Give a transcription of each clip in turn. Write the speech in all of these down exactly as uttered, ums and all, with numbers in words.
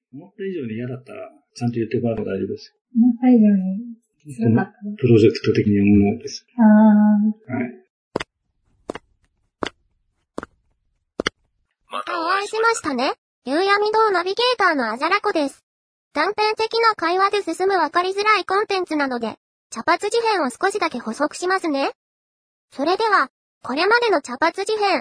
思った以上に嫌だったら、ちゃんと言ってもらえば大丈夫ですよ。 思った以上に辛かった。 プロジェクト的に思うんです。 ああ。 はい。 またお会いしましたね。夕闇堂ナビゲーターのあじゃらこです。断片的な会話で進むわかりづらいコンテンツなので、茶髪事変を少しだけ補足しますね。それでは、これまでの茶髪事変。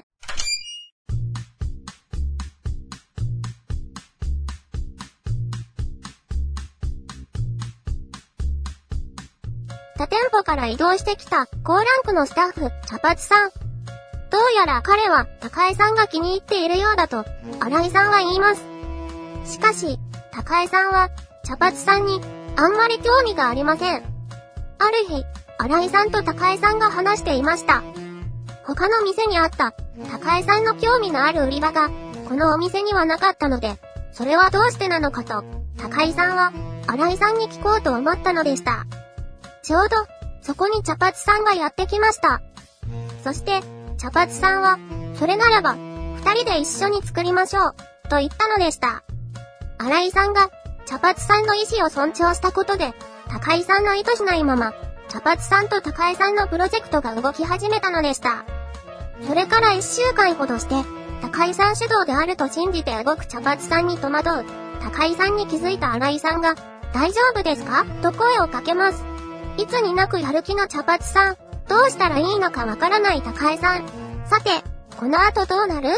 他店舗から移動してきた高ランクのスタッフ、茶髪さん。どうやら彼は高江さんが気に入っているようだと、新井さんは言います。しかし、高江さんは茶髪さんにあんまり興味がありません。ある日、新井さんと高江さんが話していました。他の店にあった高江さんの興味のある売り場がこのお店にはなかったので、それはどうしてなのかと、高井さんは新井さんに聞こうと思ったのでした。ちょうど、そこに茶髪さんがやってきました。そして、茶髪さんは、それならば、二人で一緒に作りましょう、と言ったのでした。新井さんが、茶髪さんの意思を尊重したことで、高井さんの意図しないまま、茶髪さんと高井さんのプロジェクトが動き始めたのでした。それから一週間ほどして、高井さん主導であると信じて動く茶髪さんに戸惑う、高井さんに気づいた新井さんが、大丈夫ですかと声をかけます。いつになくやる気の茶髪さん、どうしたらいいのかわからない高江さん。さて、この後どうなる？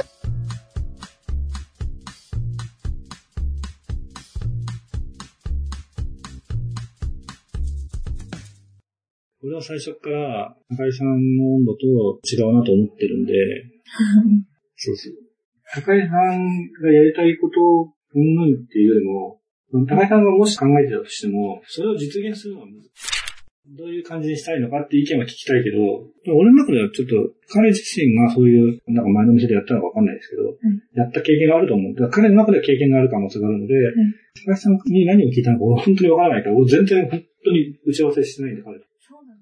俺は最初から高井さんの温度と違うなと思ってるんで、そうそう。高井さんがやりたいことをうんぬんっていうよりも、高井さんがもし考えてたとしても、それを実現するのは難しい。どういう感じにしたいのかっていう意見は聞きたいけど、俺の中ではちょっと彼自身がそういう、なんか前の店でやったのかわかんないですけど、うん、やった経験があると思う。だから彼の中では経験がある可能性があるので、うん、高橋さんに何を聞いたのか俺本当にわからないから、俺全然本当に打ち合わせしてないんで、彼と。そうなんです。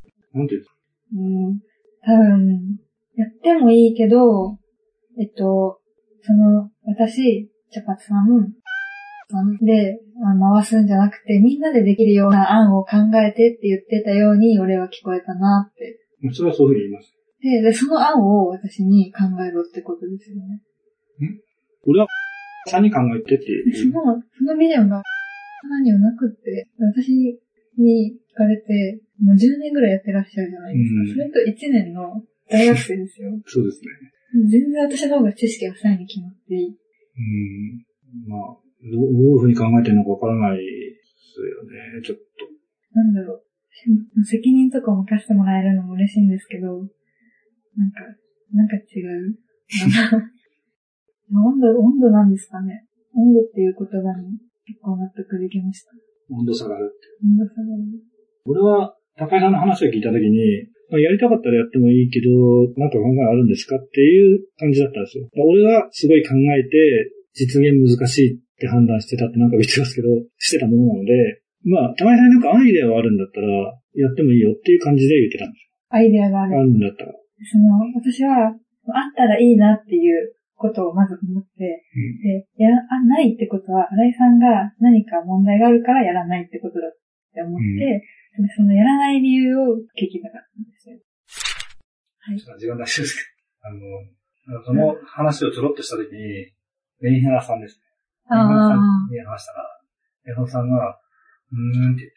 なんていうんですか？ うん、多分、やってもいいけど、えっと、その、私、茶髪さん、で、回すんじゃなくて、みんなでできるような案を考えてって言ってたように、俺は聞こえたなって。 それはそういうふうに言います。 で、でその案を私に考えろってことですよね。 ん俺は、さんに考えてってその、そのビデオが、何をなくって、私に聞かれて、もうじゅうねんぐらいやってらっしゃるじゃないですか。うん、それといちねんの大学生ですよ。 そうですね。 全然私の方が知識がさらに決まっていい。 うん。まあ。どういうふうに考えてるのかわからないですよね、ちょっと。 なんだろう。責任とかも課してもらえるのも嬉しいんですけど、なんか、なんか違う。温度、温度なんですかね。温度っていう言葉に結構納得できました。 温度下がるって。 温度下がる。 俺は、高井さんの話を聞いたときに、まあ、やりたかったらやってもいいけど、なんか考えあるんですかっていう感じだったんですよ。俺はすごい考えて、実現難しいって判断してたってなんか言ってますけど、してたものなので、まあ、高井さんになんかアイデアがあるんだったら、やってもいいよっていう感じで言ってたんですよ。 アイデアがある。 あるんだったら。 その、私は、あったらいいなっていうことをまず思って、うん、で、やら、あ、ないってことは、新井さんが何か問題があるからやらないってことだって思って、うん、そのやらない理由を聞きたかったんですよ。 はい。時間大丈夫ですか？あの、その話をちょろっとしたときに、メンヘラさんですね。メンヘラさんに話したら、メンヘラさんが、うーんって言って、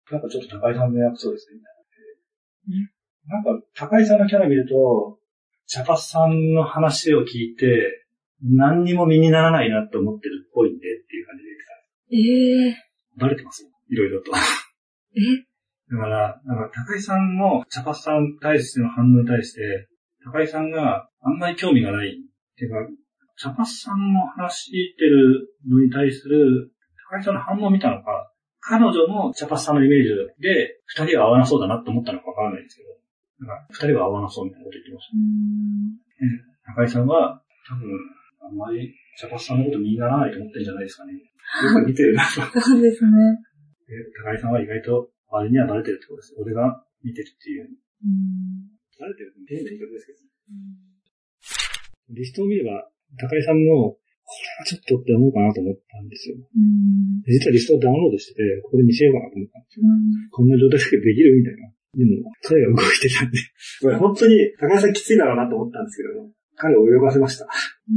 なんかちょっと高井さんの役そうですね、みたいな。なんか、高井さんのキャラ見ると、茶髪さんの話を聞いて、何にも身にならないなって思ってるっぽいんでっていう感じで言ってた。ええー。バレてますいろいろと。えだから、なんか高井さんの茶髪さんに対しての反応に対して、高井さんがあんまり興味がない。っていうか、茶髪さんの話してるのに対する高井さんの反応を見たのか、彼女の茶髪さんのイメージで二人は合わなそうだなって思ったのかわからないんですけど、なんか二人は合わなそうみたいなこと言ってました。うん、高井さんは多分あんまり茶髪さんのこと身にならないと思ってるんじゃないですかね。よく見てるなと。 そうですね。 高井さんは意外と周りにはバレてるってことです。俺が見てるっていう。うん、バレてるって変な言い方ですけど、ね。うん、リストを見れば、高井さんのちょっとって思うかなと思ったんですよ。 うん、 実はリストをダウンロードしてて、ここで見せようかなと思ったんですよ。うん、こんな状態だけでできるみたいな。でも、彼が動いてたんで、本当に高橋さんきついだろうなと思ったんですけど、彼を泳がせました。うん、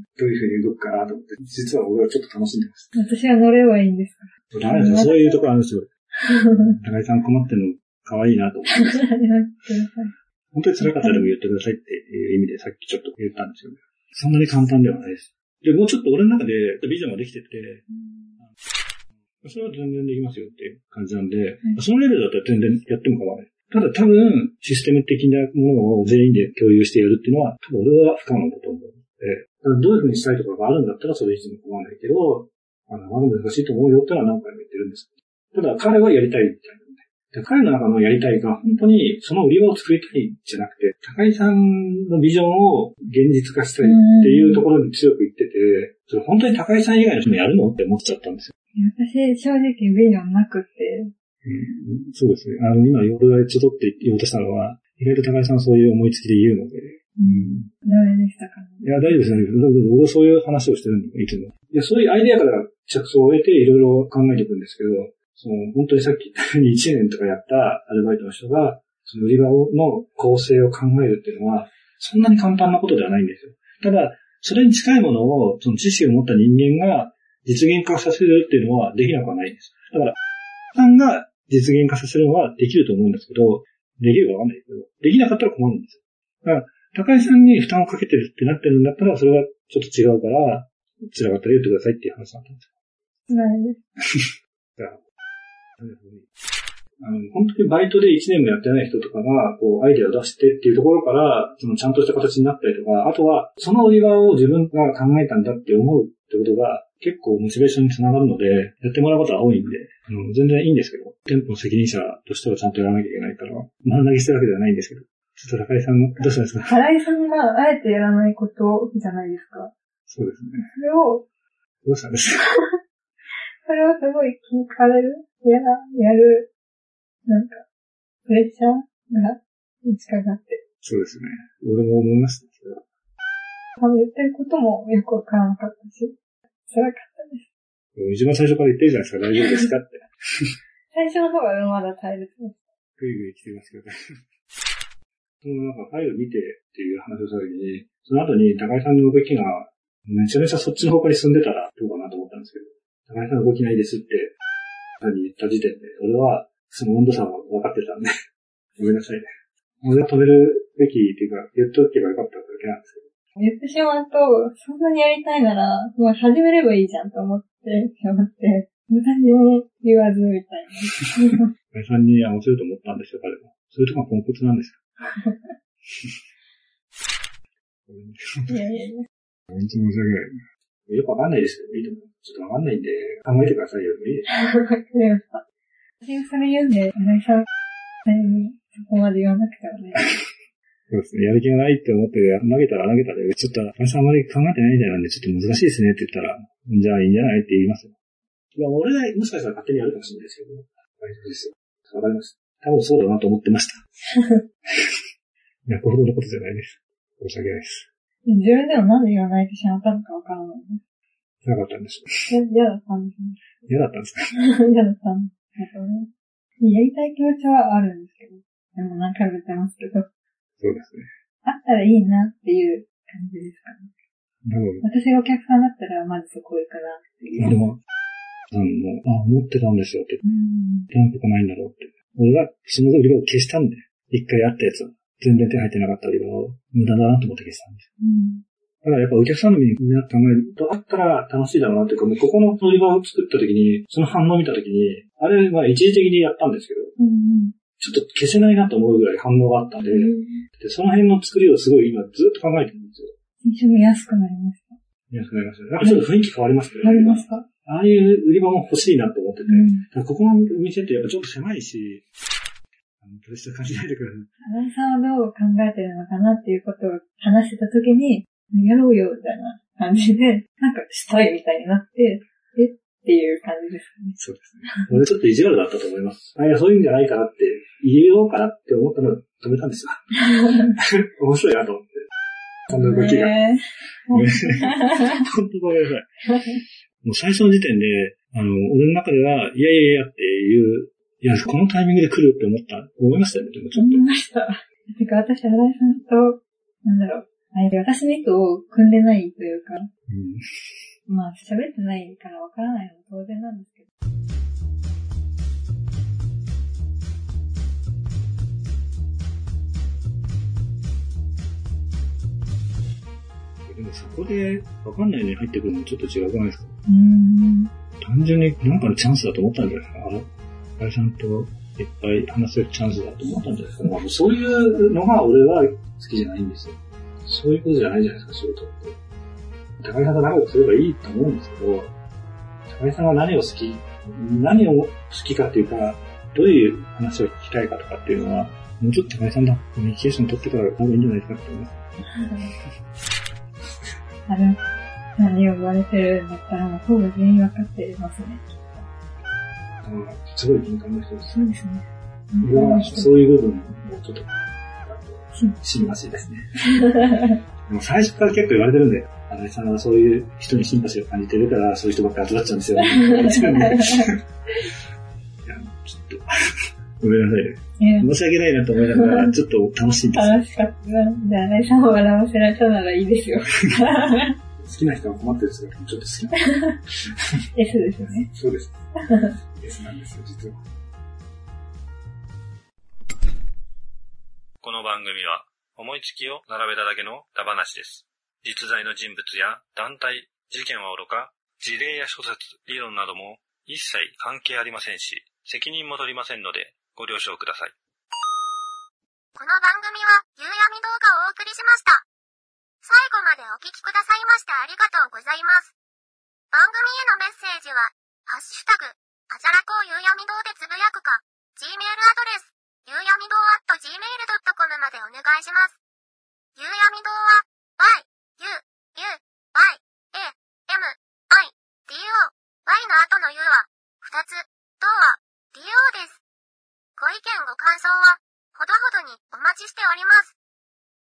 どういう風に動くかなと思って、実は俺はちょっと楽しんでました。 私は乗ればいいんですか？ ダメですよ、そういうところあるんですよ。高橋さん困ってるの可愛いなと思ってました。本当に辛かったらでも言ってくださいっていう意味でさっきちょっと言ったんですよね。そんなに簡単ではないです。で、もうちょっと俺の中でビジョンができてて、うん、それは全然できますよっていう感じなんで、うん、そのレベルだったら全然やっても構わない。ただ多分、システム的なものを全員で共有してやるっていうのは、多分俺は不可能だと思うので、どういう風にしたいとかがあるんだったらそれいつも構わないけど、あの、まだ難しいと思うよってのは何回も言ってるんですけど、ただ彼はやりたいみたいな。彼の中のやりたいが本当にその売り場を作りたいじゃなくて、高井さんのビジョンを現実化したいっていうところに強く言ってて、それ本当に高井さん以外の人もやるのって思っちゃったんですよ。 私、正直ビジョンなくて。 うん、そうですね。あの、今、俺がちょっとって言おうとしたのは、意外と高井さんはそういう思いつきで言うので。 うん。ダメでしたかね。 いや、大丈夫ですよね。俺はそういう話をしてるんで、いつも。いや、そういうアイデアから着想を得ていろいろ考えていくんですけど、その本当にさっき言ったようにいちねんとかやったアルバイトの人が、その売り場の構成を考えるっていうのは、そんなに簡単なことではないんですよ。ただ、それに近いものを、その知識を持った人間が実現化させるっていうのはできなくはないんです。だから、さんが実現化させるのはできると思うんですけど、できるかわかんないけど、できなかったら困るんですよ。だから、高井さんに負担をかけてるってなってるんだったら、それはちょっと違うから、辛かったら言ってくださいっていう話だったんですよ。 ないです。 あの本当にバイトでいちねんもやってない人とかがこうアイデアを出してっていうところからそのちゃんとした形になったりとか、あとはその売り場を自分が考えたんだって思うってことが結構モチベーションにつながるので、やってもらうことは多いんで、あの全然いいんですけど、店舗の責任者としてはちゃんとやらなきゃいけないから、丸投げしてるわけではないんですけど、ちょっと高井さんのどうしたんですか？ 高井さんがあえてやらないことじゃないですか。 そうですね。 それをどうしたんですか？ それはすごい気かれるやら、やる、なんか、プレッシャーが打ちかかって。 そうですね。俺も思いました、それは。 多分言ってることもよくわからなかったし、辛かったです。 一番最初から言ってるじゃないですか、大丈夫ですかって。 最初の方がまだ耐えると思う。 グイグイ来てますけど。そのなんかファイル見てっていう話をしたときに、その後に高井さんの動きがめちゃめちゃそっちの方向に進んでたらどうかなと思ったんですけど、高井さんの動きないですって、に言った時点で、俺はその温度差が分かってたんで、ごめんなさいね。俺が止めるべきっていうか、言っとけばよかっただけなんですけど。 言ってしまうと、そんなにやりたいなら、もう始めればいいじゃんと思って、思って、無駄に言わずみたいな。 高井さんに合わせると思ったんですよ、彼も。そういうとこがポンコツなんですよ。いやいやいや。本当に申し訳ない。よくわかんないですけど、いいと思う。ちょっとわかんないんで、考えてくださいよ。いいです。 わかりました。私がそれ言うんで、新井さん、そこまで言わなくてはね。 そうですね。やる気がないって思って、投げたら投げたで、ちょっと、新井さんあまり考えてないみたいなんで、ちょっと難しいですねって言ったら、じゃあいいんじゃないって言いますよ。いや、俺がもしかしたら勝手にやるかもしれないですけど、大丈夫ですよ。わかります。多分そうだなと思ってました。いや、これほどのことじゃないです。申し訳ないです。 自分でもなんで言わないとしなかったのかわからないです。 なかったんですよ。嫌だったんですね。 嫌だったんですか？ 嫌だったんですけどね。やりたい気持ちはあるんですけど。でも何回も言ってますけど。 そうですね。 あったらいいなっていう感じですかね。 なるほど。 私がお客さんだったらまずそこ行くなっていう。 でも、あの、あ、思ってたんですよって。うん。なんとかないんだろうって。俺がその売り場を消したんで、一回あったやつは。全然手入ってなかった売り場を無駄だなと思って消したんですよ。うんだからやっぱお客さんの目に考えると、あったら楽しいだろうなっていうか、もうここの売り場を作った時に、その反応を見た時に、あれは一時的にやったんですけど、うん、ちょっと消せないなと思うぐらい反応があったんで、うん、でその辺の作りをすごい今ずっと考えてるんですよ。 一緒に安くなりました。 安くなりましたね。なんかちょっと雰囲気変わりますけど、 変わりますか？ ああいう売り場も欲しいなって思ってて、うん、ここの店ってやっぱちょっと狭いし、プレッシャー感じないでください。 新井さんはどう考えてるのかなっていうことを話してた時に、やろうよ、みたいな感じで、なんかしたいみたいになって、えっていう感じですかね。 そうですね。俺ちょっと意地悪だったと思います。あ、いや、そういうんじゃないかなって、言えようかなって思ったのを止めたんですよ。面白いなと思って。 こんな動きが。 えー、 本当ごめんなさい。もう最初の時点で、あの、俺の中では、いやいやいやっていう、いや、このタイミングで来るって思った、思いましたよね、でもちょっと。 思いました。てか、私、新井さんと、なんだろう、あれ私の意図を組んでないというか、うん、まあ、喋ってないからわからないのも当然なんですけど。 でもそこでわかんないのに入ってくるのもちょっと違うじゃないですか。 うーん。 単純になんかのチャンスだと思ったんじゃないですか。あの、あれさんといっぱい話せるチャンスだと思ったんじゃないですか。まあ、そういうのが俺は好きじゃないんですよ。そういうことじゃないじゃないですか、仕事って。高井さんと仲良くすればいいと思うんですけど、高井さんが何を好き、何を好きかっていうか、どういう話を聞きたいかとかっていうのは、もうちょっと高井さんとコミュニケーション取ってから多分いいんじゃないですかって思います。 あれ、何を言われてるんだったら、もうほぼ全員分かってますね。 あすごい敏感な人です。 そうですね。 俺はそういう部分もちょっと、シンパシーですね。でも最初から結構言われてるんで、新井さんはそういう人にシンパシーを感じてるから、そういう人ばっかり集まっちゃうんですよ。いや、ちょっと、ごめんなさいね。申し訳ないなと思いながら、ちょっと楽しいんですよ。 楽しかった。じゃあ、新井さんを笑わせられたならいいですよ。 好きな人が困ってる姿もちょっと好き。 S ですよね。 そうです。S なんですよ、実は。 この番組は、思いつきを並べただけのダ話です。実在の人物や団体、事件はおろか、事例や諸説、理論なども一切関係ありませんし、責任も取りませんので、ご了承ください。 この番組は、夕闇動画をお送りしました。最後までお聞きくださいましてありがとうございます。番組へのメッセージは、ハッシュタグ、あじゃらこう夕闇堂でつぶやくか、Gmail アドレス、夕闇堂 at ジーメール ドットコム までお願いします。夕闇堂は、y, u, u, y, a, m, i, d, o, y の後の u は、ふたつ、堂は、do です。ご意見ご感想は、ほどほどにお待ちしております。